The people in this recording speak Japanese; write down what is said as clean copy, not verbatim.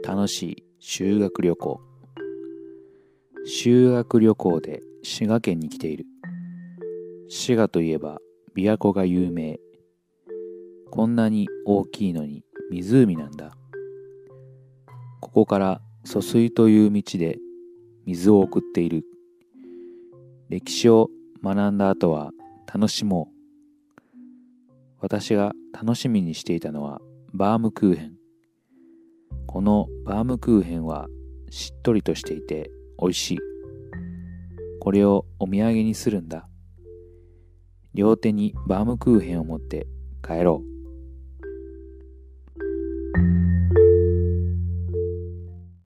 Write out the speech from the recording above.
楽しい修学旅行。修学旅行で滋賀県に来ている。滋賀といえば琵琶湖が有名。こんなに大きいのに湖なんだ。ここから疎水という道で水を送っている。歴史を学んだ後は楽しもう。私が楽しみにしていたのはバームクーヘン。このバームクーヘンはしっとりとしていて美味しい。これをお土産にするんだ。両手にバームクーヘンを持って帰ろう。